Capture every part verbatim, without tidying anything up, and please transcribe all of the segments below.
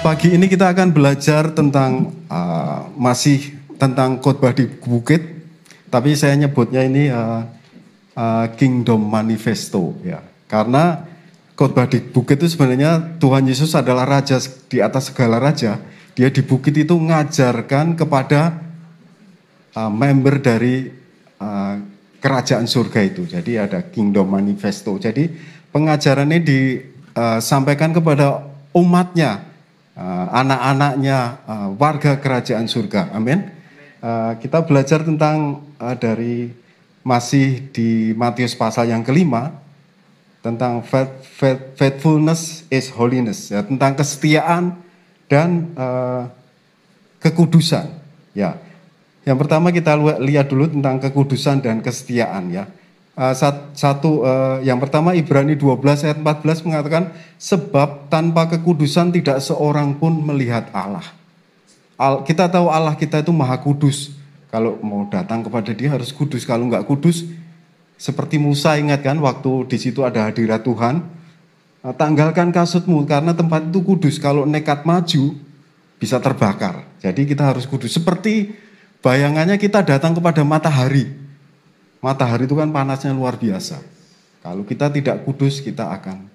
Pagi ini kita akan belajar tentang uh, masih tentang khotbah di bukit, tapi saya nyebutnya ini uh, uh, Kingdom Manifesto ya. Karena khotbah di bukit itu sebenarnya Tuhan Yesus adalah raja di atas segala raja. Dia di bukit itu mengajarkan kepada uh, member dari uh, kerajaan surga itu. Jadi ada Kingdom Manifesto. Jadi pengajarannya disampaikan kepada umatnya. Uh, anak-anaknya uh, warga kerajaan surga, amin. Uh, kita belajar tentang uh, dari masih di Matius pasal yang kelima tentang faith, faith, faithfulness is holiness, ya, tentang kesetiaan dan uh, kekudusan. Ya, yang pertama kita lihat dulu tentang kekudusan dan kesetiaan. Ya, uh, satu uh, yang pertama Ibrani dua belas ayat empat belas mengatakan, sebab tanpa kekudusan tidak seorang pun melihat Allah. Al, kita tahu Allah kita itu maha kudus. Kalau mau datang kepada Dia harus kudus. Kalau nggak kudus, seperti Musa, ingat kan waktu di situ ada hadirat Tuhan, tanggalkan kasutmu karena tempat itu kudus. Kalau nekat maju bisa terbakar. Jadi kita harus kudus. Seperti bayangannya kita datang kepada matahari. Matahari itu kan panasnya luar biasa. Kalau kita tidak kudus, kita akan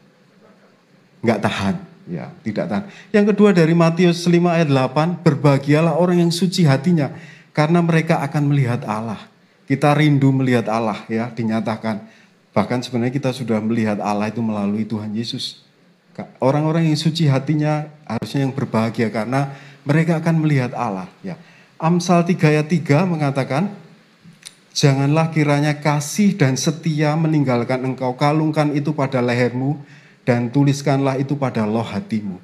nggak tahan, ya, tidak tahan. Yang kedua dari Matius lima ayat delapan, berbahagialah orang yang suci hatinya, karena mereka akan melihat Allah. Kita rindu melihat Allah, ya, dinyatakan. Bahkan sebenarnya kita sudah melihat Allah itu melalui Tuhan Yesus. Orang-orang yang suci hatinya harusnya yang berbahagia, karena mereka akan melihat Allah. Ya. Amsal tiga ayat tiga mengatakan, janganlah kiranya kasih dan setia meninggalkan engkau, kalungkan itu pada lehermu, dan tuliskanlah itu pada loh hatimu.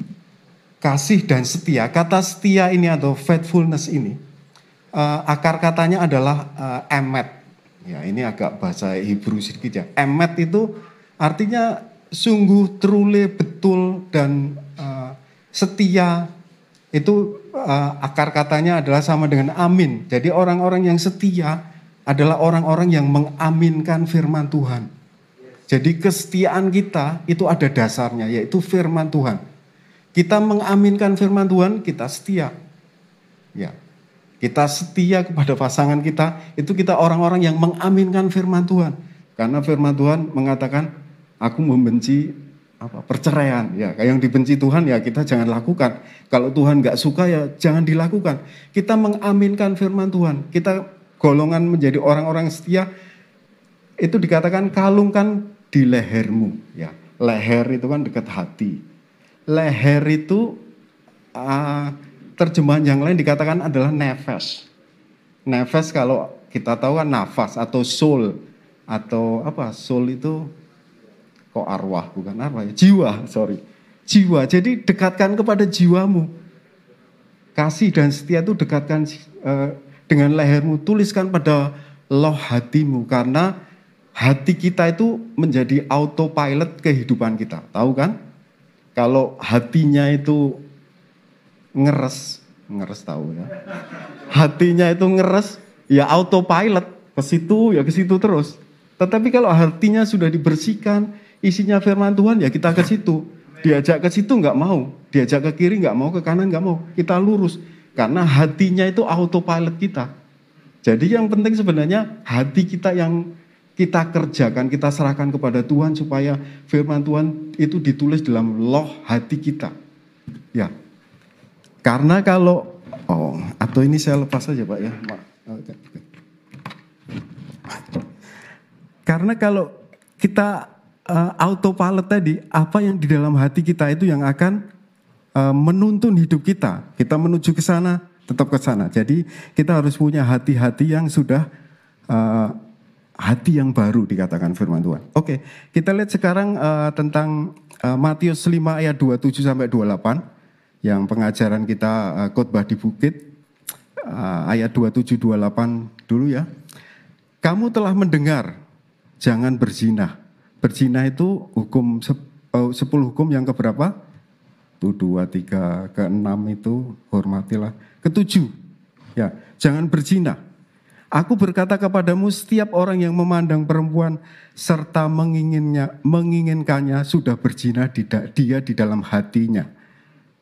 Kasih dan setia, kata setia ini atau faithfulness ini, uh, akar katanya adalah uh, emet. Ya, ini agak bahasa Hebrew sedikit ya. Emet itu artinya sungguh, truly, betul, dan uh, setia. Itu uh, akar katanya adalah sama dengan amin. Jadi orang-orang yang setia adalah orang-orang yang mengaminkan firman Tuhan. Jadi kesetiaan kita itu ada dasarnya, yaitu firman Tuhan. Kita mengaminkan firman Tuhan, kita setia. Ya, kita setia kepada pasangan kita, itu kita orang-orang yang mengaminkan firman Tuhan. Karena firman Tuhan mengatakan, aku membenci apa, perceraian. Ya, yang dibenci Tuhan ya kita jangan lakukan. Kalau Tuhan nggak suka ya jangan dilakukan. Kita mengaminkan firman Tuhan. Kita golongan menjadi orang-orang setia. Itu dikatakan kalungkan di lehermu, ya. Leher itu kan dekat hati. Leher itu uh, terjemahan yang lain dikatakan adalah nefes. Nefes kalau kita tahu kan nafas atau soul atau apa? Soul itu kok arwah, bukan arwah ya, jiwa, sorry. Jiwa. Jadi dekatkan kepada jiwamu. Kasih dan setia itu dekatkan uh, dengan lehermu, tuliskan pada loh hatimu, karena hati kita itu menjadi autopilot kehidupan kita. Tahu kan? Kalau hatinya itu ngeres, ngeres tahu ya. Hatinya itu ngeres, ya autopilot ke situ ya ke situ terus. Tetapi kalau hatinya sudah dibersihkan, isinya firman Tuhan ya kita ke situ. Diajak ke situ nggak mau, diajak ke kiri nggak mau, ke kanan nggak mau. Kita lurus karena hatinya itu autopilot kita. Jadi yang penting sebenarnya hati kita yang kita kerjakan, kita serahkan kepada Tuhan supaya firman Tuhan itu ditulis dalam loh hati kita. Ya. Karena kalau oh, atau ini saya lepas saja, Pak ya. Karena kalau kita uh, autopilot tadi, apa yang di dalam hati kita itu yang akan uh, menuntun hidup kita. Kita menuju ke sana, tetap ke sana. Jadi kita harus punya hati-hati yang sudah uh, hati yang baru dikatakan firman Tuhan. Oke, kita lihat sekarang uh, tentang uh, Matius lima ayat dua puluh tujuh sampai dua puluh delapan yang pengajaran kita uh, khotbah di bukit uh, ayat dua puluh tujuh dua puluh delapan dulu ya. Kamu telah mendengar jangan berzina. Berzina itu hukum sepuluh hukum yang keberapa? Itu dua, tiga, keenam itu hormatilah. Ketujuh, ya jangan berzina. Aku berkata kepadamu, setiap orang yang memandang perempuan serta menginginnya, menginginkannya sudah berzina di, dia di dalam hatinya.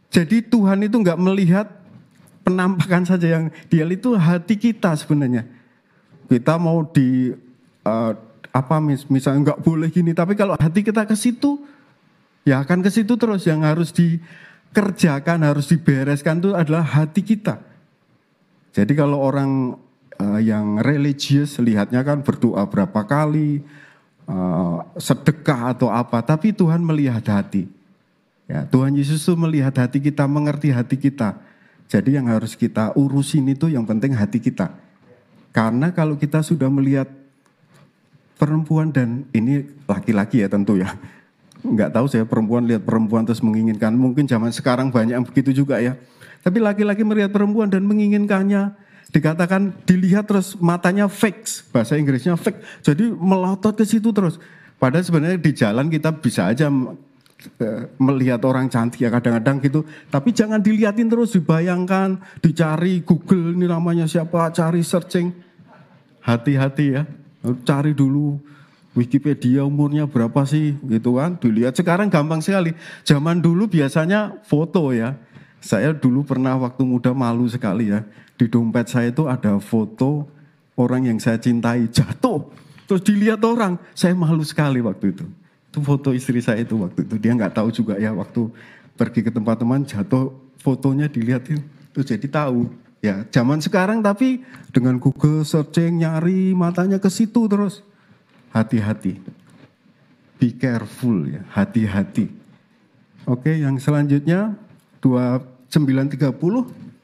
Jadi Tuhan itu nggak melihat penampakan saja yang dia itu hati kita sebenarnya. Kita mau di uh, apa mis, misalnya nggak boleh gini, tapi kalau hati kita ke situ, ya akan ke situ terus. Yang harus dikerjakan, harus dibereskan itu adalah hati kita. Jadi kalau orang uh, yang religius lihatnya kan berdoa berapa kali, uh, sedekah atau apa, tapi Tuhan melihat hati. Ya, Tuhan Yesus itu melihat hati kita, mengerti hati kita. Jadi yang harus kita urusin itu yang penting hati kita. Karena kalau kita sudah melihat perempuan, dan ini laki-laki ya tentu ya. Enggak tahu saya perempuan lihat perempuan terus menginginkan. Mungkin zaman sekarang banyak yang begitu juga ya. Tapi laki-laki melihat perempuan dan menginginkannya. Dikatakan dilihat terus matanya fix. Bahasa Inggrisnya fix. Jadi melotot ke situ terus. Padahal sebenarnya di jalan kita bisa aja melihat orang cantik ya kadang-kadang gitu, tapi jangan dilihatin terus, dibayangkan, dicari Google ini namanya siapa, cari searching, hati-hati ya, cari dulu Wikipedia umurnya berapa sih gitu kan, dilihat. Sekarang gampang sekali, zaman dulu biasanya foto ya, saya dulu pernah waktu muda malu sekali ya, di dompet saya itu ada foto orang yang saya cintai jatuh, terus dilihat orang, saya malu sekali waktu itu. Itu foto istri saya itu waktu itu, dia nggak tahu juga ya, waktu pergi ke tempat teman jatuh, fotonya dilihatin, terus jadi tahu. Ya zaman sekarang tapi dengan Google searching nyari matanya ke situ terus. Hati-hati, be careful ya, hati-hati. Oke, yang selanjutnya dua puluh sembilan tiga puluh.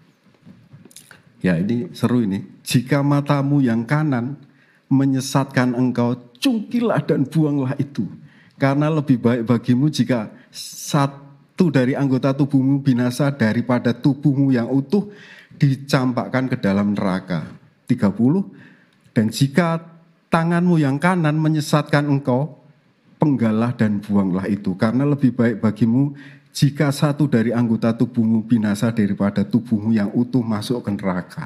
Ya ini seru ini. Jika matamu yang kanan menyesatkan engkau, cungkilah dan buanglah itu. Karena lebih baik bagimu jika satu dari anggota tubuhmu binasa daripada tubuhmu yang utuh dicampakkan ke dalam neraka. tiga puluh. Dan jika tanganmu yang kanan menyesatkan engkau, penggalah dan buanglah itu. Karena lebih baik bagimu jika satu dari anggota tubuhmu binasa daripada tubuhmu yang utuh masuk ke neraka.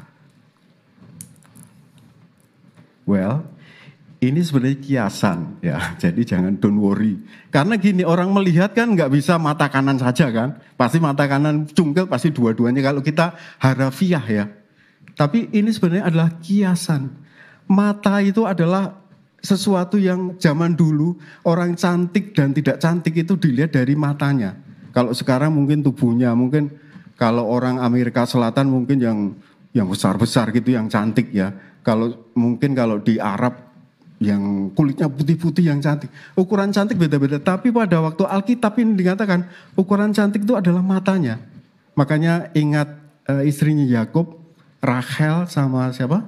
Well, ini sebenarnya kiasan ya, jadi jangan don't worry. Karena gini, orang melihat kan nggak bisa mata kanan saja kan, pasti mata kanan cungkil, pasti dua-duanya kalau kita harafiah ya. Tapi ini sebenarnya adalah kiasan. Mata itu adalah sesuatu yang zaman dulu orang cantik dan tidak cantik itu dilihat dari matanya. Kalau sekarang mungkin tubuhnya, mungkin kalau orang Amerika Selatan mungkin yang yang besar-besar gitu, yang cantik ya. Kalau mungkin kalau di Arab yang kulitnya putih-putih yang cantik. Ukuran cantik beda-beda. Tapi pada waktu Alkitab ini dikatakan ukuran cantik itu adalah matanya. Makanya ingat e, istrinya Yakub, Rachel sama siapa?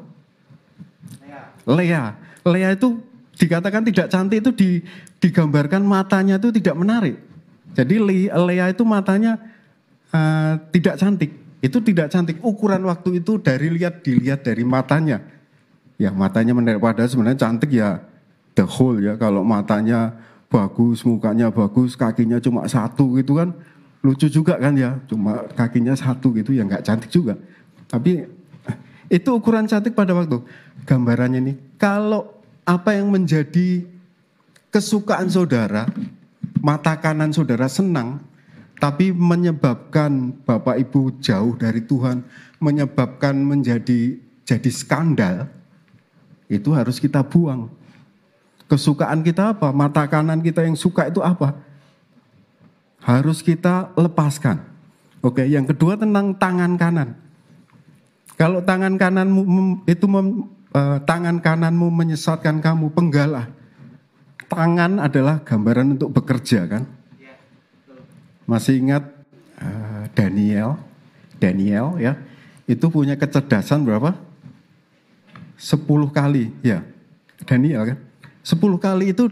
Lea. Lea itu dikatakan tidak cantik, itu di, digambarkan matanya itu tidak menarik. Jadi Lea itu matanya uh, tidak cantik. Itu tidak cantik. Ukuran waktu itu dari lihat dilihat dari matanya. Ya matanya menarik, padahal sebenarnya cantik ya the whole ya. Kalau matanya bagus, mukanya bagus, kakinya cuma satu gitu kan lucu juga kan ya. Cuma kakinya satu gitu ya nggak cantik juga. Tapi itu ukuran cantik pada waktu. Gambarannya nih, kalau apa yang menjadi kesukaan saudara, mata kanan saudara senang, tapi menyebabkan Bapak Ibu jauh dari Tuhan, menyebabkan menjadi jadi skandal, itu harus kita buang. Kesukaan kita apa? Mata kanan kita yang suka itu apa? Harus kita lepaskan. Oke, yang kedua tentang tangan kanan. Kalau tangan kananmu itu mem, eh, tangan kananmu menyesatkan kamu, penggalah. Tangan adalah gambaran untuk bekerja kan? Masih ingat eh, Daniel? Daniel ya, itu punya kecerdasan berapa? Sepuluh kali, ya. Daniel kan? Sepuluh kali itu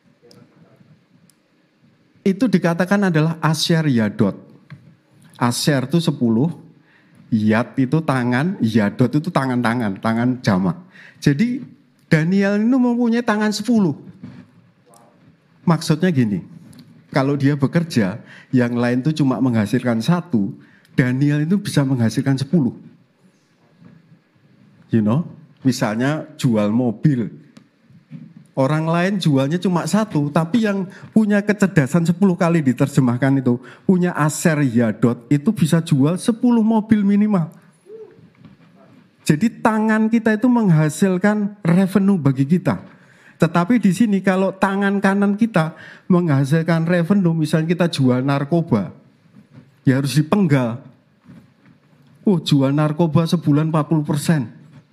itu dikatakan adalah Asher Yadot. Asher itu sepuluh, Yad itu tangan, Yadot itu tangan-tangan, tangan jamak. Jadi Daniel ini mempunyai tangan sepuluh. Maksudnya gini, kalau dia bekerja, yang lain itu cuma menghasilkan satu, Daniel itu bisa menghasilkan sepuluh. You know? Misalnya jual mobil, Orang lain jualnya cuma satu, tapi yang punya kecerdasan sepuluh kali diterjemahkan itu, punya Aser Yadot, itu bisa jual sepuluh mobil minimal. Jadi tangan kita itu menghasilkan revenue bagi kita. Tetapi di sini kalau tangan kanan kita menghasilkan revenue, misalnya kita jual narkoba, ya harus dipenggal. Oh, jual narkoba sebulan empat puluh persen.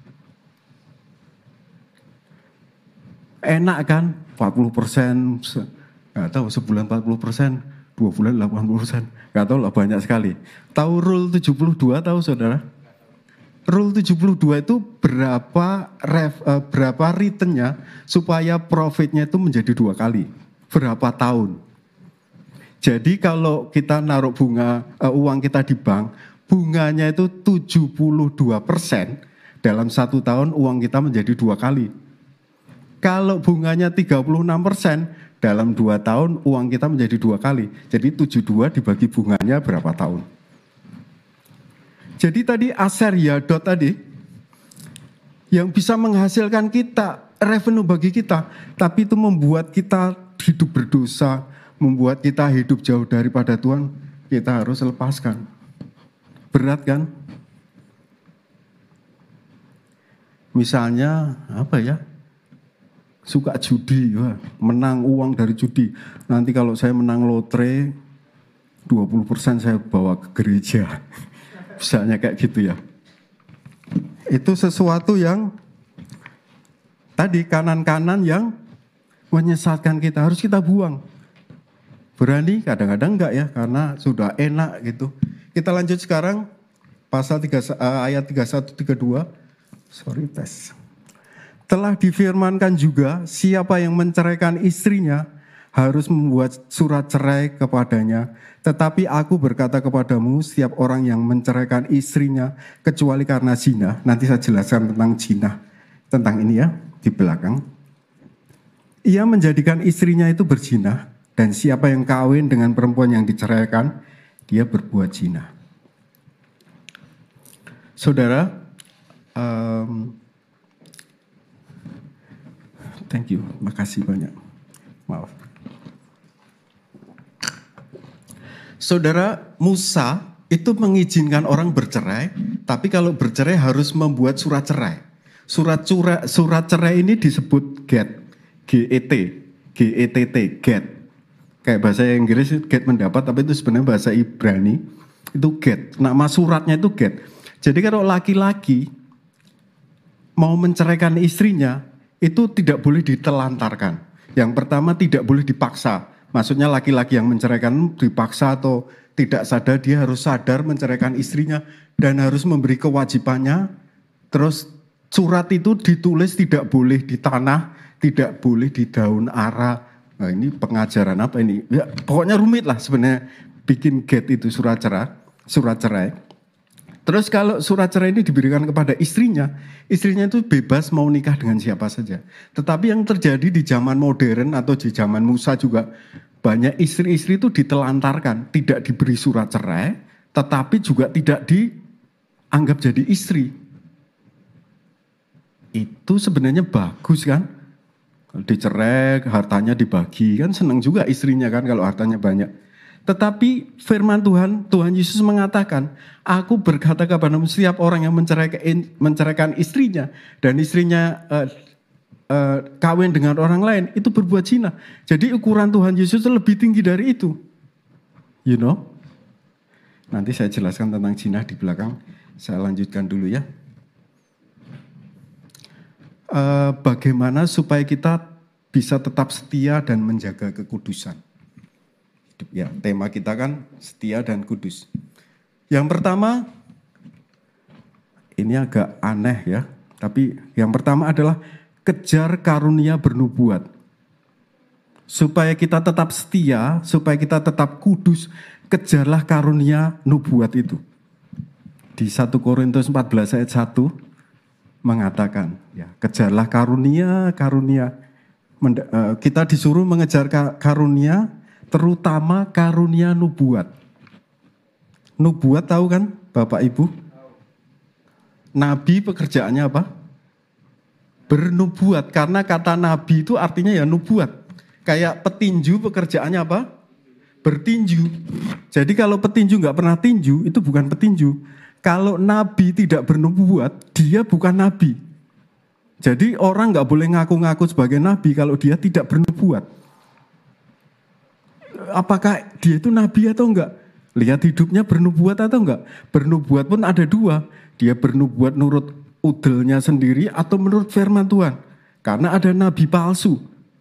Enak kan? empat puluh persen, nggak tahu sebulan empat puluh persen, dua bulan delapan puluh persen, nggak tahu lah, banyak sekali. Tahu rule tujuh puluh dua, tahu saudara? Rule tujuh puluh dua itu berapa ref, uh, berapa returnnya supaya profitnya itu menjadi dua kali, berapa tahun. Jadi kalau kita naruh bunga uh, uang kita di bank, bunganya itu tujuh puluh dua persen, dalam satu tahun uang kita menjadi dua kali. Kalau bunganya tiga puluh enam persen, dalam dua tahun uang kita menjadi dua kali. Jadi tujuh puluh dua dibagi bunganya berapa tahun. Jadi tadi Aser Yadot tadi, yang bisa menghasilkan kita, revenue bagi kita, tapi itu membuat kita hidup berdosa, membuat kita hidup jauh daripada Tuhan, kita harus lepaskan. Berat kan? Misalnya, apa ya? Suka judi, wah, menang uang dari judi. Nanti kalau saya menang lotre, dua puluh persen saya bawa ke gereja. Misalnya kayak gitu ya. Itu sesuatu yang tadi kanan-kanan yang menyesatkan kita, harus kita buang. Berani? Kadang-kadang enggak ya, karena sudah enak gitu. Kita lanjut sekarang, pasal tiga, ayat tiga puluh satu tiga puluh dua. Sorry, tes. Telah difirmankan juga, siapa yang menceraikan istrinya harus membuat surat cerai kepadanya. Tetapi aku berkata kepadamu, setiap orang yang menceraikan istrinya, kecuali karena zina. Nanti saya jelaskan tentang zina, tentang ini ya, di belakang. Ia menjadikan istrinya itu berzina, dan siapa yang kawin dengan perempuan yang diceraikan, dia berbuat zina. Saudara, um, thank you, makasih banyak. Maaf. Saudara, Musa itu mengizinkan orang bercerai, tapi kalau bercerai harus membuat surat cerai. Surat surat, surat cerai ini disebut get, G E T, G E T T, get. Kayak bahasa Inggris get mendapat, tapi itu sebenarnya bahasa Ibrani itu get. Nama suratnya itu get. Jadi kalau laki-laki mau menceraikan istrinya, itu tidak boleh ditelantarkan. Yang pertama tidak boleh dipaksa. Maksudnya laki-laki yang menceraikan dipaksa atau tidak sadar, dia harus sadar menceraikan istrinya dan harus memberi kewajibannya. Terus surat itu ditulis tidak boleh di tanah, tidak boleh di daun ara. Nah, ini pengajaran apa ini? Ya, pokoknya rumit lah sebenarnya bikin get itu surat cerai, surat cerai. Terus kalau surat cerai ini diberikan kepada istrinya, istrinya itu bebas mau nikah dengan siapa saja. Tetapi yang terjadi di zaman modern atau di zaman Musa juga, banyak istri-istri itu ditelantarkan, tidak diberi surat cerai, tetapi juga tidak dianggap jadi istri. Itu sebenarnya bagus kan? Kalau dicerai, hartanya dibagi, kan senang juga istrinya kan kalau hartanya banyak. Tetapi firman Tuhan, Tuhan Yesus mengatakan, aku berkata kepadamu, setiap orang yang menceraikan, menceraikan istrinya dan istrinya uh, uh, kawin dengan orang lain, itu berbuat zina. Jadi ukuran Tuhan Yesus lebih tinggi dari itu. You know? Nanti saya jelaskan tentang zina di belakang. Saya lanjutkan dulu ya. Uh, bagaimana supaya kita bisa tetap setia dan menjaga kekudusan. Ya, tema kita kan setia dan kudus. Yang pertama, ini agak aneh ya, tapi yang pertama adalah kejar karunia bernubuat. Supaya kita tetap setia, supaya kita tetap kudus, kejarlah karunia nubuat itu. Di satu Korintus empat belas ayat satu mengatakan, ya, kejarlah karunia, karunia. Kita disuruh mengejar karunia, terutama karunia nubuat. Nubuat tahu kan Bapak Ibu? Nabi pekerjaannya apa? Bernubuat, karena kata nabi itu artinya ya nubuat. Kayak petinju pekerjaannya apa? Bertinju. Jadi kalau petinju nggak pernah tinju, itu bukan petinju. Kalau nabi tidak bernubuat, dia bukan nabi. Jadi orang nggak boleh ngaku-ngaku sebagai nabi kalau dia tidak bernubuat. Apakah dia itu nabi atau enggak? Lihat hidupnya bernubuat atau enggak? Bernubuat pun ada dua. Dia bernubuat menurut udelnya sendiri atau menurut firman Tuhan. Karena ada nabi palsu.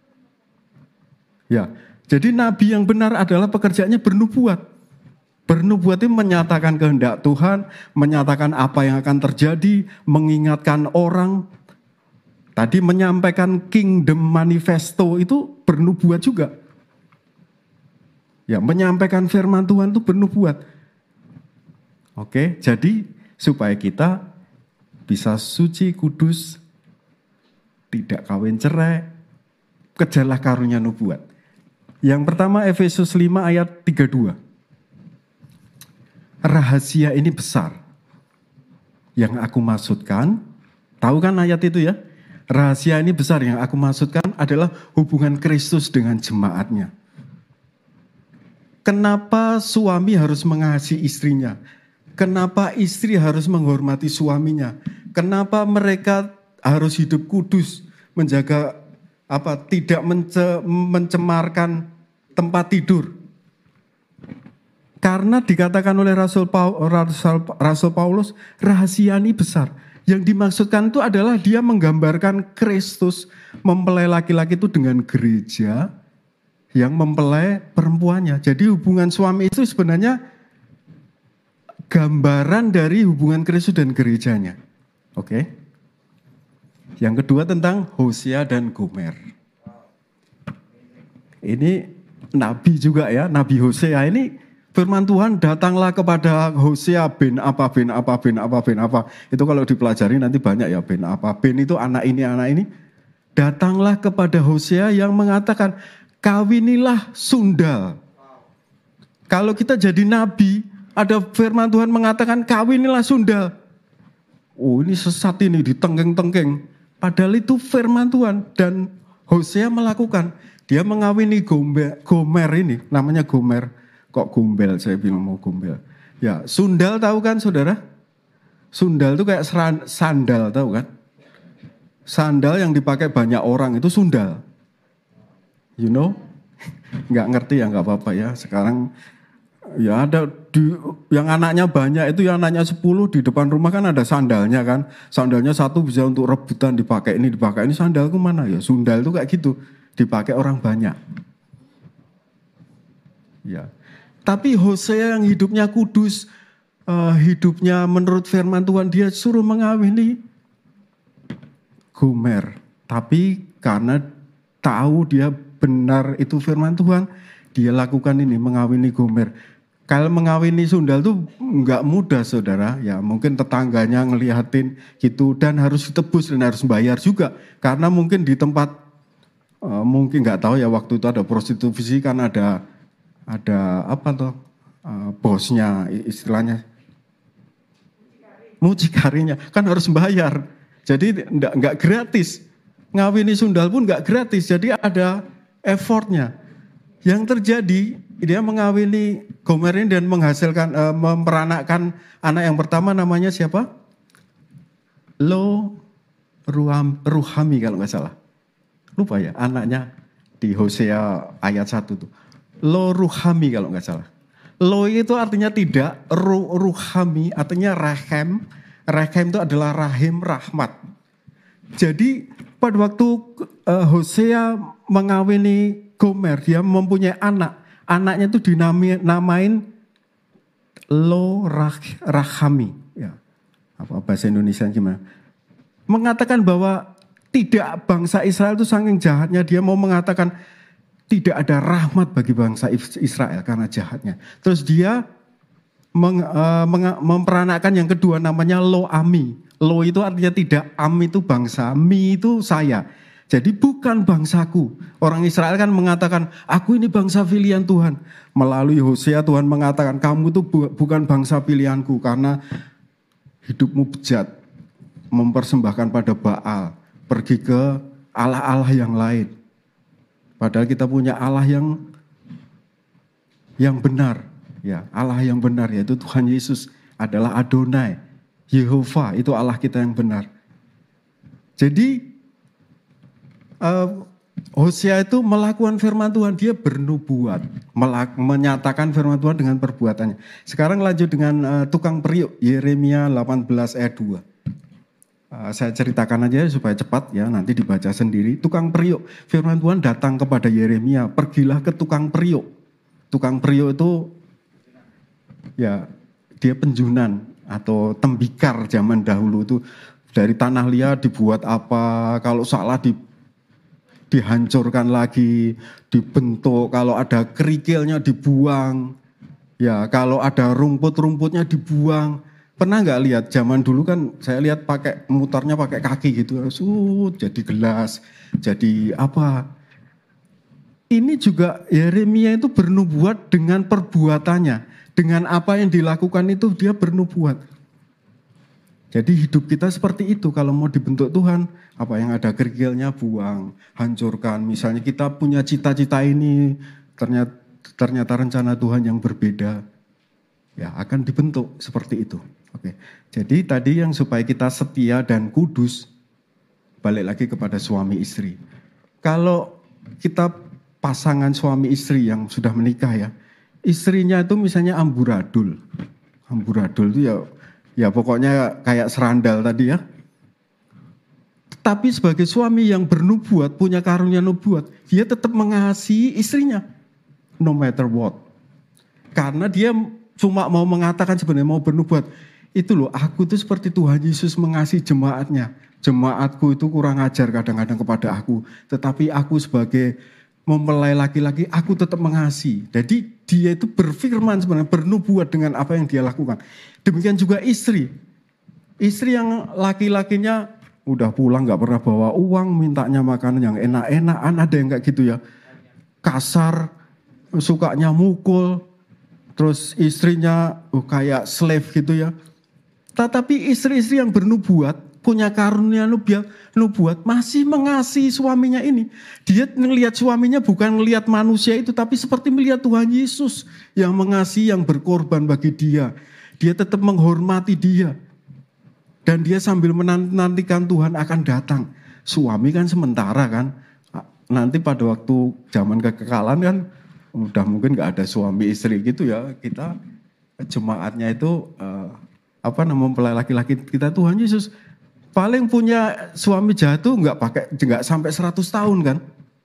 Ya, jadi nabi yang benar adalah pekerjaannya bernubuat. Bernubuat itu menyatakan kehendak Tuhan, menyatakan apa yang akan terjadi, mengingatkan orang. Tadi menyampaikan Kingdom Manifesto itu bernubuat juga. Ya, menyampaikan firman Tuhan itu bernubuat. Oke, jadi supaya kita bisa suci, kudus, tidak kawin cerai, kejarlah karunia nubuat. Yang pertama Efesus lima ayat tiga puluh dua. Rahasia ini besar. Yang aku maksudkan, tahu kan ayat itu ya? Rahasia ini besar, yang aku maksudkan adalah hubungan Kristus dengan jemaatnya. Kenapa suami harus mengasihi istrinya? Kenapa istri harus menghormati suaminya? Kenapa mereka harus hidup kudus, menjaga apa? Tidak mence, mencemarkan tempat tidur. Karena dikatakan oleh Rasul, Paul, Rasul, Rasul Paulus, rahasia ini besar. Yang dimaksudkan itu adalah dia menggambarkan Kristus mempelai laki-laki itu dengan gereja yang mempelai perempuannya. Jadi hubungan suami itu sebenarnya gambaran dari hubungan Kristus dan gerejanya. Oke. Yang kedua tentang Hosea dan Gomer. Ini nabi juga ya, Nabi Hosea ini firman Tuhan datanglah kepada Hosea bin apa, bin apa, bin apa, bin apa. Itu kalau dipelajari nanti banyak ya bin apa. Bin itu anak ini, anak ini. Datanglah kepada Hosea yang mengatakan, kawinilah sundal. Kalau kita jadi nabi, ada firman Tuhan mengatakan kawinilah sundal. Oh ini sesat ini, ditengking-tengking. Padahal itu firman Tuhan. Dan Hosea melakukan. Dia mengawini Gomer, Gomer ini, namanya Gomer. Kok gombel, saya bilang mau gombel. Ya, sundal tahu kan saudara? Sundal itu kayak seran, sandal tahu kan? Sandal yang dipakai banyak orang itu sundal. You know? Nggak ngerti ya, nggak apa-apa ya. Sekarang ya ada di, yang anaknya banyak itu, yang anaknya sepuluh di depan rumah kan ada sandalnya kan. Sandalnya satu bisa untuk rebutan, dipakai ini, dipakai ini. Sandalku mana ya? Sundal itu kayak gitu, dipakai orang banyak. Ya. Tapi Hosea yang hidupnya kudus, uh, hidupnya menurut firman Tuhan, dia suruh mengawini Gomer. Tapi karena tahu dia benar itu firman Tuhan, dia lakukan ini, mengawini Gomer. Kalau mengawini sundal itu enggak mudah saudara, ya mungkin tetangganya ngelihatin gitu, dan harus ditebus dan harus bayar juga. Karena mungkin di tempat, uh, mungkin enggak tahu ya waktu itu ada prostitusi kan ada, ada apa tuh uh, bosnya istilahnya mucikarinya kan harus bayar, jadi enggak, enggak gratis. Ngawini sundal pun enggak gratis, jadi ada effortnya. Yang terjadi dia mengawini Gomer ini dan menghasilkan uh, memperanakkan anak yang pertama, namanya siapa? Lo Ruham, Ruhami kalau nggak salah, lupa ya anaknya di Hosea ayat satu tuh. Lo Ruhami kalau nggak salah. Lo itu artinya tidak, Ru, Ruhami artinya Rahem. Rahem itu adalah rahim, rahmat. Jadi pada waktu uh, Hosea mengawini Gomer, dia mempunyai anak. Anaknya itu dinamain Lo Rah, Rahami. Ya. Apa bahasa Indonesia gimana? Mengatakan bahwa tidak, bangsa Israel itu saking jahatnya, dia mau mengatakan tidak ada rahmat bagi bangsa Israel karena jahatnya. Terus dia meng, uh, meng, memperanakkan yang kedua, namanya Lo Ami. Lo itu artinya tidak, Ami itu bangsa, Mi itu saya. Jadi bukan bangsaku. Orang Israel kan mengatakan, aku ini bangsa pilihan Tuhan. Melalui Hosea Tuhan mengatakan, kamu itu bu, bukan bangsa pilihanku karena hidupmu bejat, mempersembahkan pada Baal, pergi ke Allah-Allah yang lain. Padahal kita punya Allah yang yang benar, ya Allah yang benar, yaitu Tuhan Yesus adalah Adonai, Yehova itu Allah kita yang benar. Jadi uh, Hosea itu melakukan firman Tuhan, dia bernubuat, melak- menyatakan firman Tuhan dengan perbuatannya. Sekarang lanjut dengan uh, tukang periuk, Yeremia delapan belas ayat dua. Uh, saya ceritakan aja supaya cepat ya, nanti dibaca sendiri. Tukang periuk, firman Tuhan datang kepada Yeremia, pergilah ke tukang periuk. Tukang periuk itu ya dia penjunan atau tembikar zaman dahulu itu, dari tanah liat dibuat apa, kalau salah di, dihancurkan lagi, dibentuk, kalau ada kerikilnya dibuang, ya kalau ada rumput-rumputnya dibuang. Pernah nggak lihat zaman dulu kan saya lihat pakai mutarnya pakai kaki gitu, sud jadi gelas, jadi apa. Ini juga Yeremia itu bernubuat dengan perbuatannya, dengan apa yang dilakukan itu dia bernubuat. Jadi hidup kita seperti itu, kalau mau dibentuk Tuhan, apa yang ada kerikilnya buang, hancurkan. Misalnya kita punya cita-cita ini, ternyata, ternyata rencana Tuhan yang berbeda, ya akan dibentuk seperti itu. Oke, jadi tadi yang supaya kita setia dan kudus, balik lagi kepada suami istri. Kalau kita pasangan suami istri yang sudah menikah ya, istrinya itu misalnya amburadul, amburadul itu ya Ya pokoknya kayak serandal tadi ya. Tapi sebagai suami yang bernubuat, punya karunia nubuat, dia tetap mengasihi istrinya. No matter what. Karena dia cuma mau mengatakan sebenarnya mau bernubuat. Itu loh, aku itu seperti Tuhan Yesus mengasihi jemaatnya. Jemaatku itu kurang ajar kadang-kadang kepada aku. Tetapi aku sebagai mempelai laki-laki, aku tetap mengasihi. Jadi dia itu berfirman sebenarnya, bernubuat dengan apa yang dia lakukan. Demikian juga istri. Istri yang laki-lakinya udah pulang gak pernah bawa uang, mintanya makanan yang enak-enakan, ada yang kayak gitu ya. Kasar, sukanya mukul, terus istrinya oh, kayak slave gitu ya. Tetapi istri-istri yang bernubuat, punya karunia nubuat, nubuat, masih mengasihi suaminya ini. Dia melihat suaminya bukan melihat manusia itu, tapi seperti melihat Tuhan Yesus yang mengasihi, yang berkorban bagi dia. Dia tetap menghormati dia. Dan dia sambil menantikan Tuhan akan datang. Suami kan sementara kan. Nanti pada waktu zaman kekekalan kan, udah mungkin gak ada suami istri gitu ya. Kita jemaatnya itu, uh, apa namanya mempelai laki-laki kita Tuhan Yesus. Paling punya suami jatuh nggak pakai nggak sampai seratus tahun kan?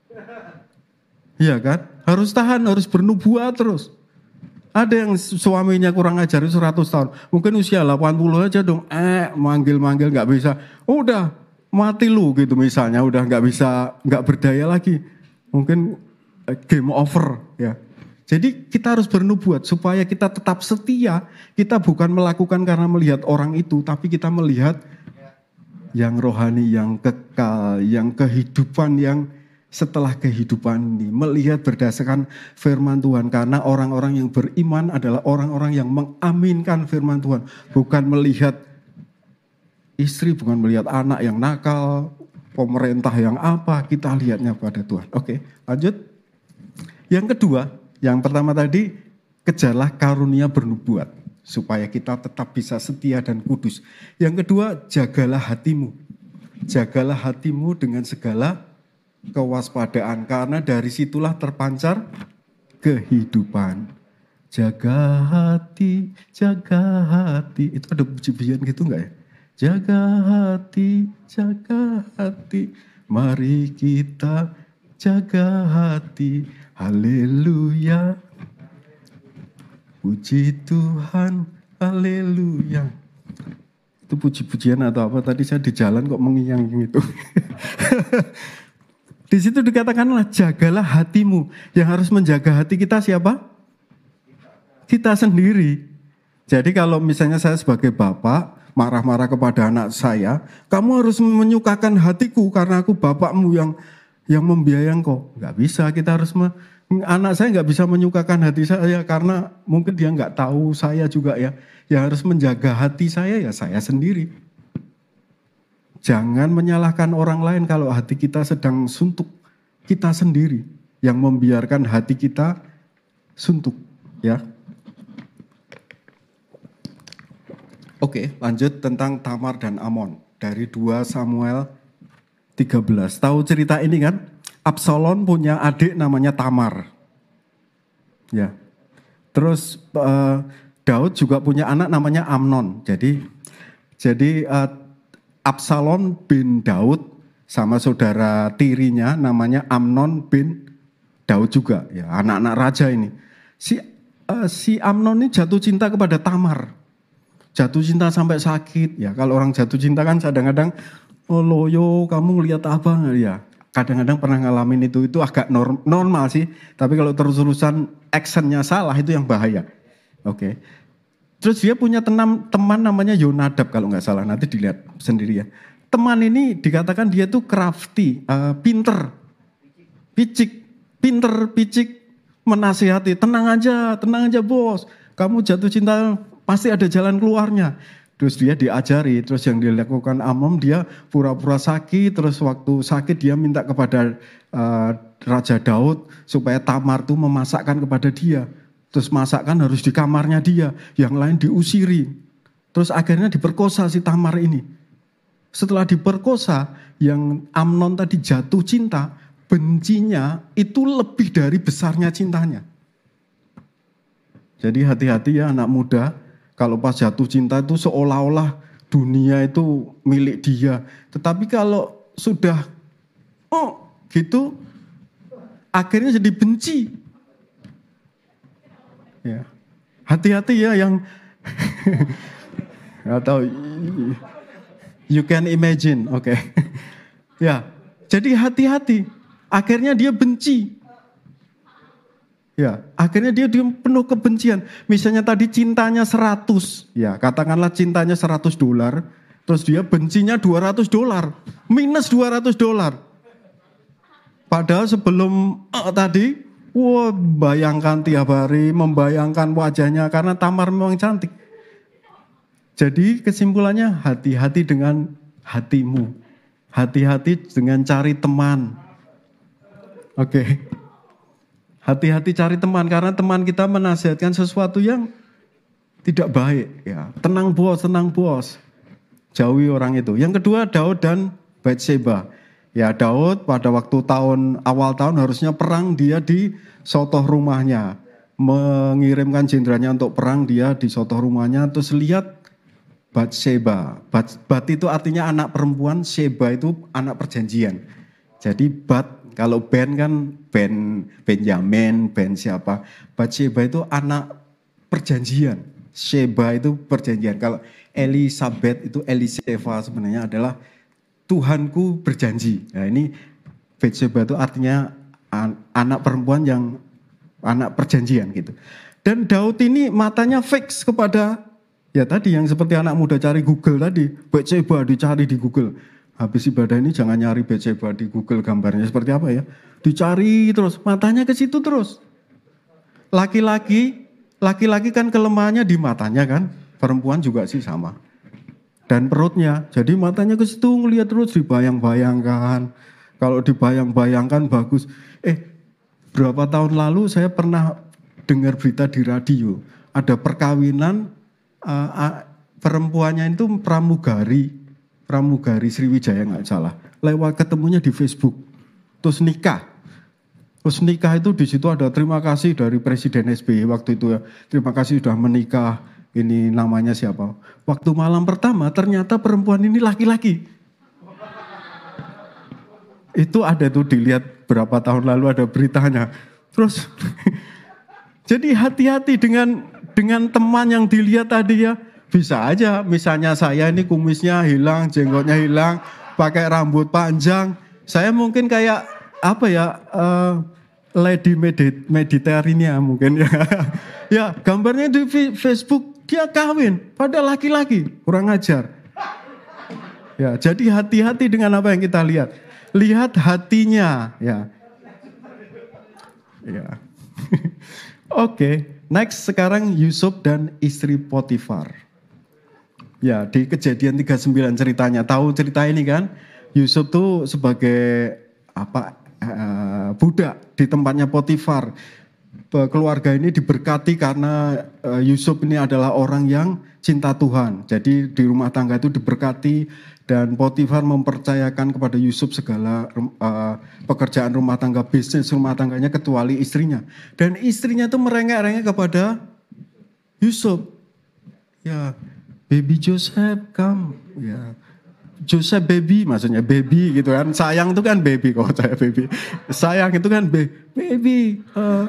Iya kan? Harus tahan, harus bernubuat terus. Ada yang suaminya kurang ajar itu seratus tahun. Mungkin usia delapan puluh aja dong. Eh, manggil-manggil nggak bisa. Udah mati lu gitu misalnya. Udah nggak bisa, nggak berdaya lagi. Mungkin game over ya. Jadi kita harus bernubuat supaya kita tetap setia. Kita bukan melakukan karena melihat orang itu, tapi kita melihat yang rohani, yang kekal, yang kehidupan yang setelah kehidupan ini. Melihat berdasarkan firman Tuhan. Karena orang-orang yang beriman adalah orang-orang yang mengaminkan firman Tuhan. Bukan melihat istri, bukan melihat anak yang nakal, pemerintah yang apa. Kita lihatnya pada Tuhan. Oke, lanjut. Yang kedua, yang pertama tadi, kejarlah karunia bernubuat. Supaya kita tetap bisa setia dan kudus. Yang kedua, jagalah hatimu. Jagalah hatimu dengan segala kewaspadaan. Karena dari situlah terpancar kehidupan. Jaga hati, jaga hati. Itu ada puji-pujian gitu enggak ya? Jaga hati, jaga hati. Mari kita jaga hati. Haleluya. Puji Tuhan, haleluya. Itu puji-pujian atau apa? Tadi saya di jalan kok mengiang gitu. Di situ dikatakanlah jagalah hatimu. Yang harus menjaga hati kita siapa? Kita sendiri. Jadi kalau misalnya saya sebagai bapak marah-marah kepada anak saya, kamu harus menyukakan hatiku karena aku bapakmu yang yang membiayai engkau. Enggak bisa, kita harus me, anak saya enggak bisa menyukakan hati saya karena mungkin dia enggak tahu saya juga ya. Yang harus menjaga hati saya ya saya sendiri. Jangan menyalahkan orang lain kalau hati kita sedang suntuk. Kita sendiri yang membiarkan hati kita suntuk, ya. Oke, lanjut tentang Tamar dan Amnon dari dua Samuel tiga belas. Tahu cerita ini kan? Absalom punya adik namanya Tamar. Ya. Terus uh, Daud juga punya anak namanya Amnon. Jadi jadi uh, Absalom bin Daud sama saudara tirinya namanya Amnon bin Daud juga, ya, anak-anak raja ini. Si uh, si Amnon ini jatuh cinta kepada Tamar. Jatuh cinta sampai sakit, ya. Kalau orang jatuh cinta kan kadang-kadang, oh loyo, kamu ngeliat apa, ya. Kadang-kadang pernah ngalamin itu, itu agak norm, normal sih. Tapi kalau terus-terusan actionnya salah itu yang bahaya. Oke. Okay. Terus dia punya tenam, teman namanya Yonadab kalau nggak salah, nanti dilihat sendiri ya. Teman ini dikatakan dia tuh crafty, uh, pinter, picik, pinter, picik, menasihati. Tenang aja, tenang aja bos. Kamu jatuh cinta pasti ada jalan keluarnya. Terus dia diajari, terus yang dilakukan Amnon dia pura-pura sakit. Terus waktu sakit dia minta kepada uh, Raja Daud supaya Tamar tuh memasakkan kepada dia. Terus masakan harus di kamarnya dia, yang lain diusiri. Terus akhirnya diperkosa si Tamar ini. Setelah diperkosa, yang Amnon tadi jatuh cinta, bencinya itu lebih dari besarnya cintanya. Jadi hati-hati ya anak muda, kalau pas jatuh cinta itu seolah-olah dunia itu milik dia. Tetapi kalau sudah, oh gitu, akhirnya jadi benci. Ya. Hati-hati ya yang atau you can imagine, oke. Okay. Ya, jadi hati-hati. Akhirnya dia benci. Ya, akhirnya dia, dia penuh kebencian. Misalnya tadi cintanya seratus, ya katakanlah cintanya seratus dolar, terus dia bencinya dua ratus dolar, minus dua ratus dolar. Padahal sebelum uh, tadi, wah bayangkan tiap hari, membayangkan wajahnya karena Tamar memang cantik. Jadi kesimpulannya hati-hati dengan hatimu. Hati-hati dengan cari teman. Oke. Okay. Hati-hati cari teman karena teman kita menasihatkan sesuatu yang tidak baik. Ya, tenang bos, tenang bos. Jauhi orang itu. Yang kedua Daud dan Batseba. Ya Daud pada waktu tahun awal tahun harusnya perang, dia di sotoh rumahnya. Mengirimkan jenderalnya untuk perang, dia di sotoh rumahnya. Terus lihat Batseba. Bat, bat itu artinya anak perempuan, Sheba itu anak perjanjian. Jadi Bat, kalau Ben kan Ben Benjamin, Ben siapa. Batseba itu anak perjanjian. Sheba itu perjanjian. Kalau Elisabeth itu Eliseva sebenarnya adalah Tuhanku berjanji. Nah ini Batseba itu artinya an, anak perempuan yang anak perjanjian gitu. Dan Daud ini matanya fix kepada ya tadi yang seperti anak muda cari Google tadi, Batseba dicari di Google. Habis ibadah ini jangan nyari Batseba di Google gambarnya seperti apa ya. Dicari terus, matanya ke situ terus. Laki-laki, laki-laki kan kelemahannya di matanya kan, perempuan juga sih sama. Dan perutnya, jadi matanya ke situ ngelihat terus, dibayang-bayangkan. Kalau dibayang-bayangkan bagus. Eh, berapa tahun lalu saya pernah dengar berita di radio, ada perkawinan Uh, uh, perempuannya itu pramugari, pramugari Sriwijaya nggak salah. Lewat ketemunya di Facebook, terus nikah, terus nikah itu di situ ada terima kasih dari Presiden S B Y waktu itu ya. Terima kasih sudah menikah. Ini namanya siapa? Waktu malam pertama ternyata perempuan ini laki-laki. Itu ada tuh dilihat berapa tahun lalu ada beritanya. Terus jadi hati-hati dengan dengan teman yang dilihat tadi ya. Bisa aja misalnya saya ini kumisnya hilang, jenggotnya hilang, pakai rambut panjang. Saya mungkin kayak apa ya, uh, lady medit Mediterania mungkin ya. Ya gambarnya di Facebook dia kawin pada laki-laki, kurang ajar. Ya jadi hati-hati dengan apa yang kita lihat. Lihat hatinya ya. Ya. Oke, okay. Next sekarang Yusuf dan istri Potifar. Ya, di Kejadian tiga puluh sembilan ceritanya. Tahu cerita ini kan? Yusuf tuh sebagai apa uh, budak di tempatnya Potifar. Keluarga ini diberkati karena uh, Yusuf ini adalah orang yang cinta Tuhan. Jadi di rumah tangga itu diberkati dan Potifar mempercayakan kepada Yusuf segala uh, pekerjaan rumah tangga, bisnis rumah tangganya kecuali istrinya. Dan istrinya tuh merengek-rengek kepada Yusuf. Ya, baby Joseph, come. Ya, Joseph baby, maksudnya baby gitu kan. Sayang itu kan baby, kok saya baby. Sayang itu kan baby. Baby, uh,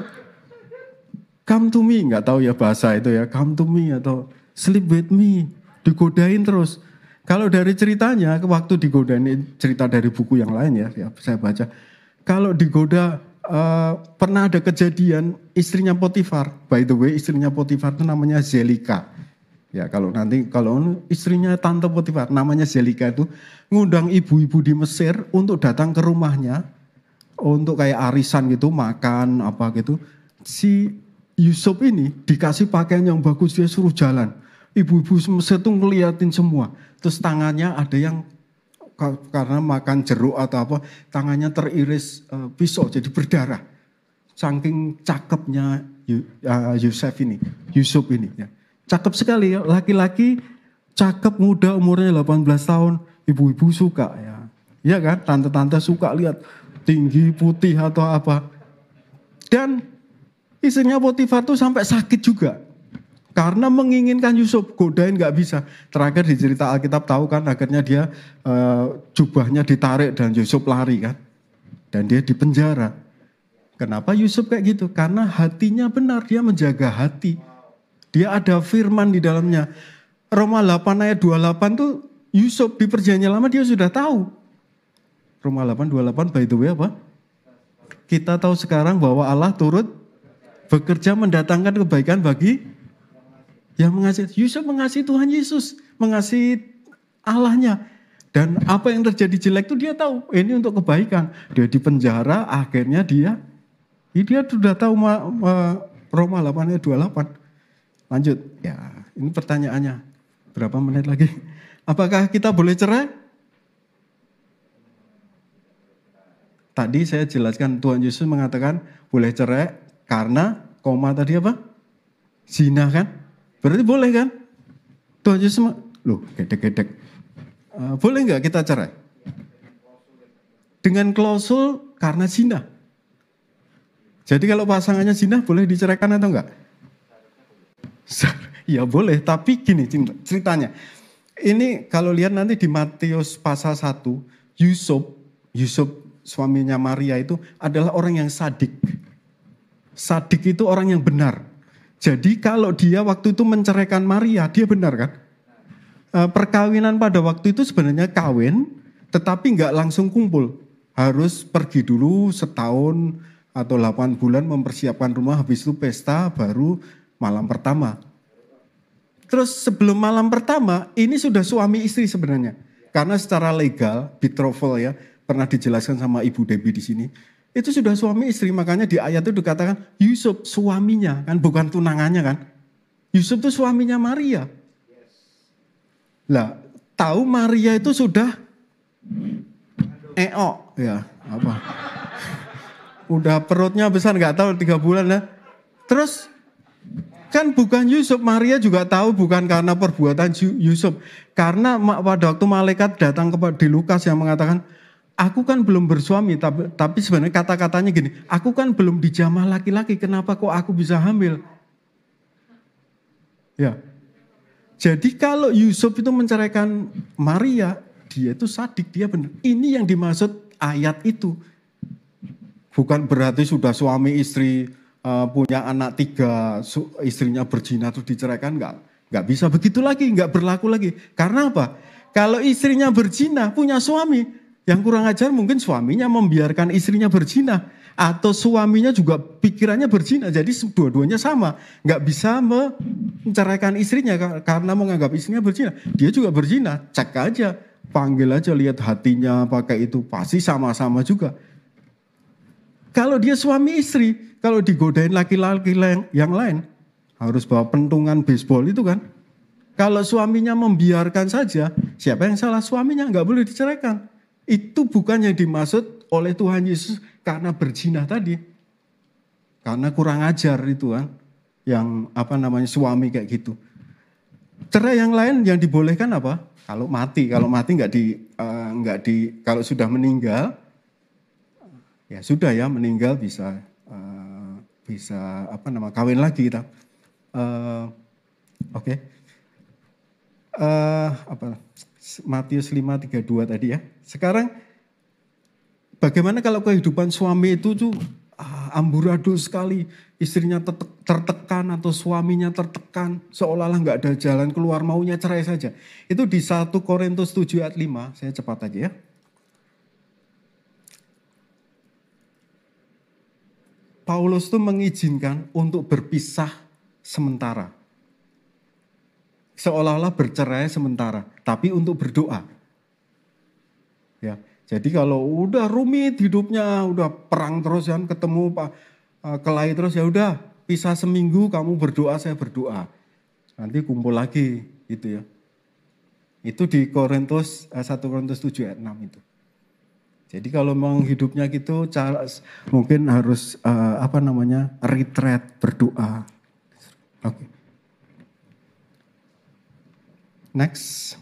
come to me, nggak tahu ya bahasa itu ya. Come to me atau sleep with me. Digodain terus. Kalau dari ceritanya, waktu digodain, cerita dari buku yang lain ya, ya saya baca. Kalau digoda, uh, pernah ada kejadian istrinya Potifar. By the way, istrinya Potifar itu namanya Zelika. Ya, kalau nanti kalau istrinya tante Potifar namanya Zelika itu ngundang ibu-ibu di Mesir untuk datang ke rumahnya untuk kayak arisan gitu, makan apa gitu. Si Yusuf ini dikasih pakaian yang bagus, dia suruh jalan. Ibu-ibu Mesir tuh ngeliatin semua. Terus tangannya ada yang karena makan jeruk atau apa, tangannya teriris uh, pisau jadi berdarah. Saking cakepnya uh, Yusuf ini, Yusuf ini ya. Cakep sekali ya, laki-laki cakep muda umurnya delapan belas tahun, ibu-ibu suka ya. Iya kan, tante-tante suka lihat tinggi, putih atau apa. Dan istrinya Potifar tuh sampai sakit juga. Karena menginginkan Yusuf, godain gak bisa. Terakhir di cerita Alkitab tahu kan, akhirnya dia uh, jubahnya ditarik dan Yusuf lari kan. Dan dia dipenjara. Kenapa Yusuf kayak gitu? Karena hatinya benar, dia menjaga hati. Dia ada firman di dalamnya. Roma delapan ayat dua puluh delapan tuh Yusuf di perjanjian lama dia sudah tahu. Roma delapan dua puluh delapan by the way apa? Kita tahu sekarang bahwa Allah turut bekerja mendatangkan kebaikan bagi yang mengasihi. Yusuf mengasihi Tuhan Yesus, mengasihi Allahnya. Dan apa yang terjadi jelek itu dia tahu. Ini untuk kebaikan. Dia di penjara, akhirnya dia, dia sudah tahu ma, ma, Roma delapan ayat dua puluh delapan. Lanjut, ya ini pertanyaannya. Berapa menit lagi? Apakah kita boleh cerai? Tadi saya jelaskan Tuhan Yesus mengatakan boleh cerai karena koma tadi apa? Zina kan? Berarti boleh kan? Tuhan Yesus, loh gedek-gedek. Uh, boleh nggak kita cerai? Dengan klausul karena zina. Jadi kalau pasangannya zina boleh diceraikan atau enggak? Ya boleh, tapi gini ceritanya. Ini kalau lihat nanti di Matius pasal satu, Yusuf, Yusuf suaminya Maria itu adalah orang yang sadik. Sadik itu orang yang benar. Jadi kalau dia waktu itu menceraikan Maria, dia benar kan? Perkawinan pada waktu itu sebenarnya kawin, tetapi nggak langsung kumpul. Harus pergi dulu setahun atau delapan bulan mempersiapkan rumah, habis itu pesta, baru malam pertama. Terus sebelum malam pertama, ini sudah suami istri sebenarnya. Karena secara legal, betrothal ya, pernah dijelaskan sama Ibu Debbie di sini. Itu sudah suami istri, makanya di ayat itu dikatakan Yusuf suaminya, kan bukan tunangannya kan. Yusuf itu suaminya Maria. Lah, tahu Maria itu sudah eo, ya apa? Udah perutnya besar, nggak tahu tiga bulan lah. Terus kan bukan Yusuf, Maria juga tahu bukan karena perbuatan Yusuf. Karena pada waktu malaikat datang kepada di Lukas yang mengatakan, aku kan belum bersuami, tapi, tapi sebenarnya kata-katanya gini, aku kan belum dijamah laki-laki, kenapa kok aku bisa hamil? Ya, jadi kalau Yusuf itu menceraikan Maria, dia itu sadik, dia benar. Ini yang dimaksud ayat itu. Bukan berarti sudah suami istri, Uh, punya anak tiga, su, istrinya berzina terus diceraikan, enggak, enggak bisa begitu lagi, enggak berlaku lagi. Karena apa? Kalau istrinya berzina, punya suami, yang kurang ajar mungkin suaminya membiarkan istrinya berzina, atau suaminya juga pikirannya berzina, jadi dua-duanya sama, enggak bisa menceraikan istrinya karena menganggap istrinya berzina. Dia juga berzina, cek aja, panggil aja, lihat hatinya pakai itu, pasti sama-sama juga. Kalau dia suami istri, kalau digodain laki-laki yang lain, harus bawa pentungan baseball itu kan. Kalau suaminya membiarkan saja, siapa yang salah? Suaminya, nggak boleh diceraikan. Itu bukan yang dimaksud oleh Tuhan Yesus karena berzina tadi. Karena kurang ajar itu kan. Yang apa namanya suami kayak gitu. Cerai yang lain yang dibolehkan apa? Kalau mati, kalau mati nggak di, uh, nggak di, kalau sudah meninggal, ya sudah ya meninggal bisa, uh, bisa apa nama kawin lagi kita. Uh, Oke. Okay. Uh, apa Matius lima tiga puluh dua tadi ya. Sekarang bagaimana kalau kehidupan suami itu tuh ah, amburadul sekali, istrinya tertekan atau suaminya tertekan, seolah-olah nggak ada jalan keluar, maunya cerai saja. Itu di satu Korintus tujuh ayat lima, saya cepat aja ya. Paulus tuh mengizinkan untuk berpisah sementara. Seolah-olah bercerai sementara, tapi untuk berdoa. Ya, jadi kalau udah rumit hidupnya, udah perang terus kan, ketemu Pak kelahi terus, ya udah pisah seminggu, kamu berdoa, saya berdoa. Nanti kumpul lagi, gitu ya. Itu di Korintus satu Korintus tujuh ayat enam itu. Jadi kalau memang hidupnya gitu, mungkin harus uh, apa namanya retreat berdoa. Oke. Okay. Next,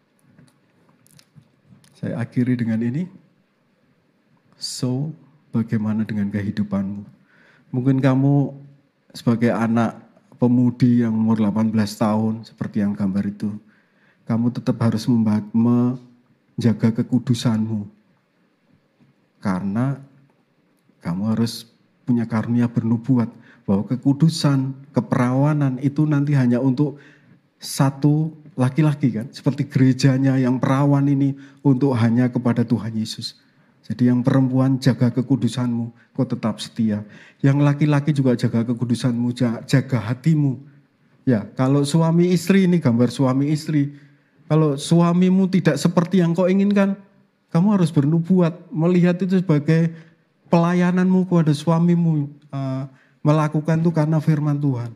saya akhiri dengan ini. So, bagaimana dengan kehidupanmu? Mungkin kamu sebagai anak pemudi yang umur delapan belas tahun, seperti yang gambar itu, kamu tetap harus menjaga kekudusanmu. Karena kamu harus punya karunia bernubuat, bahwa kekudusan, keperawanan itu nanti hanya untuk satu laki-laki kan, seperti gerejanya yang perawan ini untuk hanya kepada Tuhan Yesus. Jadi yang perempuan jaga kekudusanmu, kau tetap setia. Yang laki-laki juga jaga kekudusanmu, jaga hatimu. Ya, kalau suami istri ini gambar suami istri. Kalau suamimu tidak seperti yang kau inginkan, kamu harus bernubuat, melihat itu sebagai pelayananmu kepada suamimu, uh, melakukan itu karena firman Tuhan.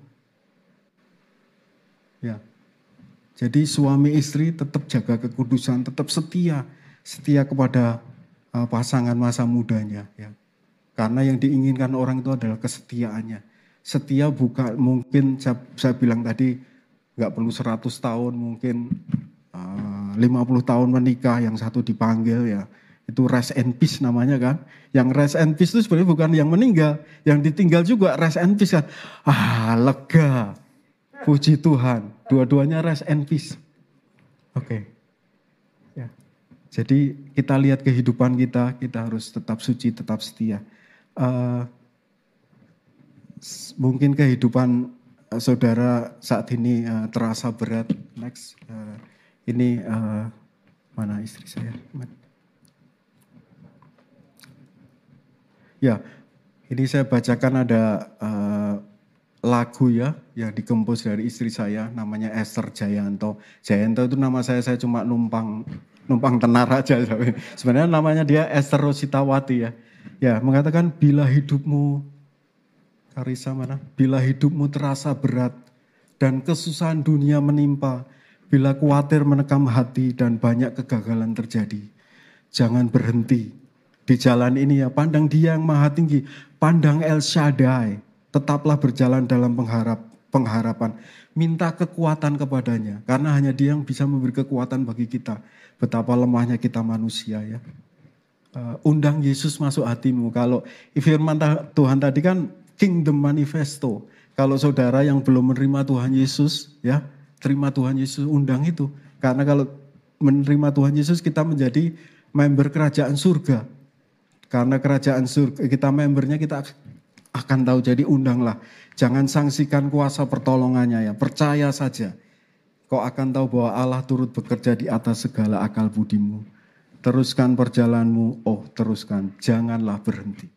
Ya. Jadi suami istri tetap jaga kekudusan, tetap setia, setia kepada uh, pasangan masa mudanya. Ya. Karena yang diinginkan orang itu adalah kesetiaannya. Setia bukan mungkin saya, saya bilang tadi nggak perlu seratus tahun, mungkin uh, lima puluh tahun menikah, yang satu dipanggil ya. Itu rest and peace namanya kan. Yang rest and peace itu sebenarnya bukan yang meninggal, yang ditinggal juga rest and peace kan. Ah, lega. Puji Tuhan, dua-duanya rest and peace. Oke. Okay. Ya. Jadi kita lihat kehidupan kita, kita harus tetap suci, tetap setia. Uh, mungkin kehidupan uh, saudara saat ini uh, terasa berat. Next, uh, ini uh, mana istri saya? Ya, ini saya bacakan ada uh, lagu ya yang dikompos dari istri saya, namanya Esther Jayanto. Jayanto itu nama saya, saya cuma numpang numpang tenar aja. Sebenarnya namanya dia Esther Rositawati ya. Ya, mengatakan bila hidupmu, Karisa mana? Bila hidupmu terasa berat dan kesusahan dunia menimpa, bila khawatir menekam hati dan banyak kegagalan terjadi, jangan berhenti di jalan ini ya. Pandang Dia yang maha tinggi, pandang El Shaddai. Tetaplah berjalan dalam pengharap, pengharapan. Minta kekuatan kepadanya. Karena hanya Dia yang bisa memberi kekuatan bagi kita. Betapa lemahnya kita manusia ya. Uh, undang Yesus masuk hatimu. Kalau firman Tuhan tadi kan Kingdom Manifesto. Kalau saudara yang belum menerima Tuhan Yesus ya, terima Tuhan Yesus, undang itu. Karena kalau menerima Tuhan Yesus kita menjadi member kerajaan surga. Karena kerajaan surga kita membernya, kita akan tahu. Jadi undanglah, jangan sangsikan kuasa pertolongannya ya, percaya saja. Kau akan tahu bahwa Allah turut bekerja di atas segala akal budimu. Teruskan perjalananmu, oh teruskan, janganlah berhenti.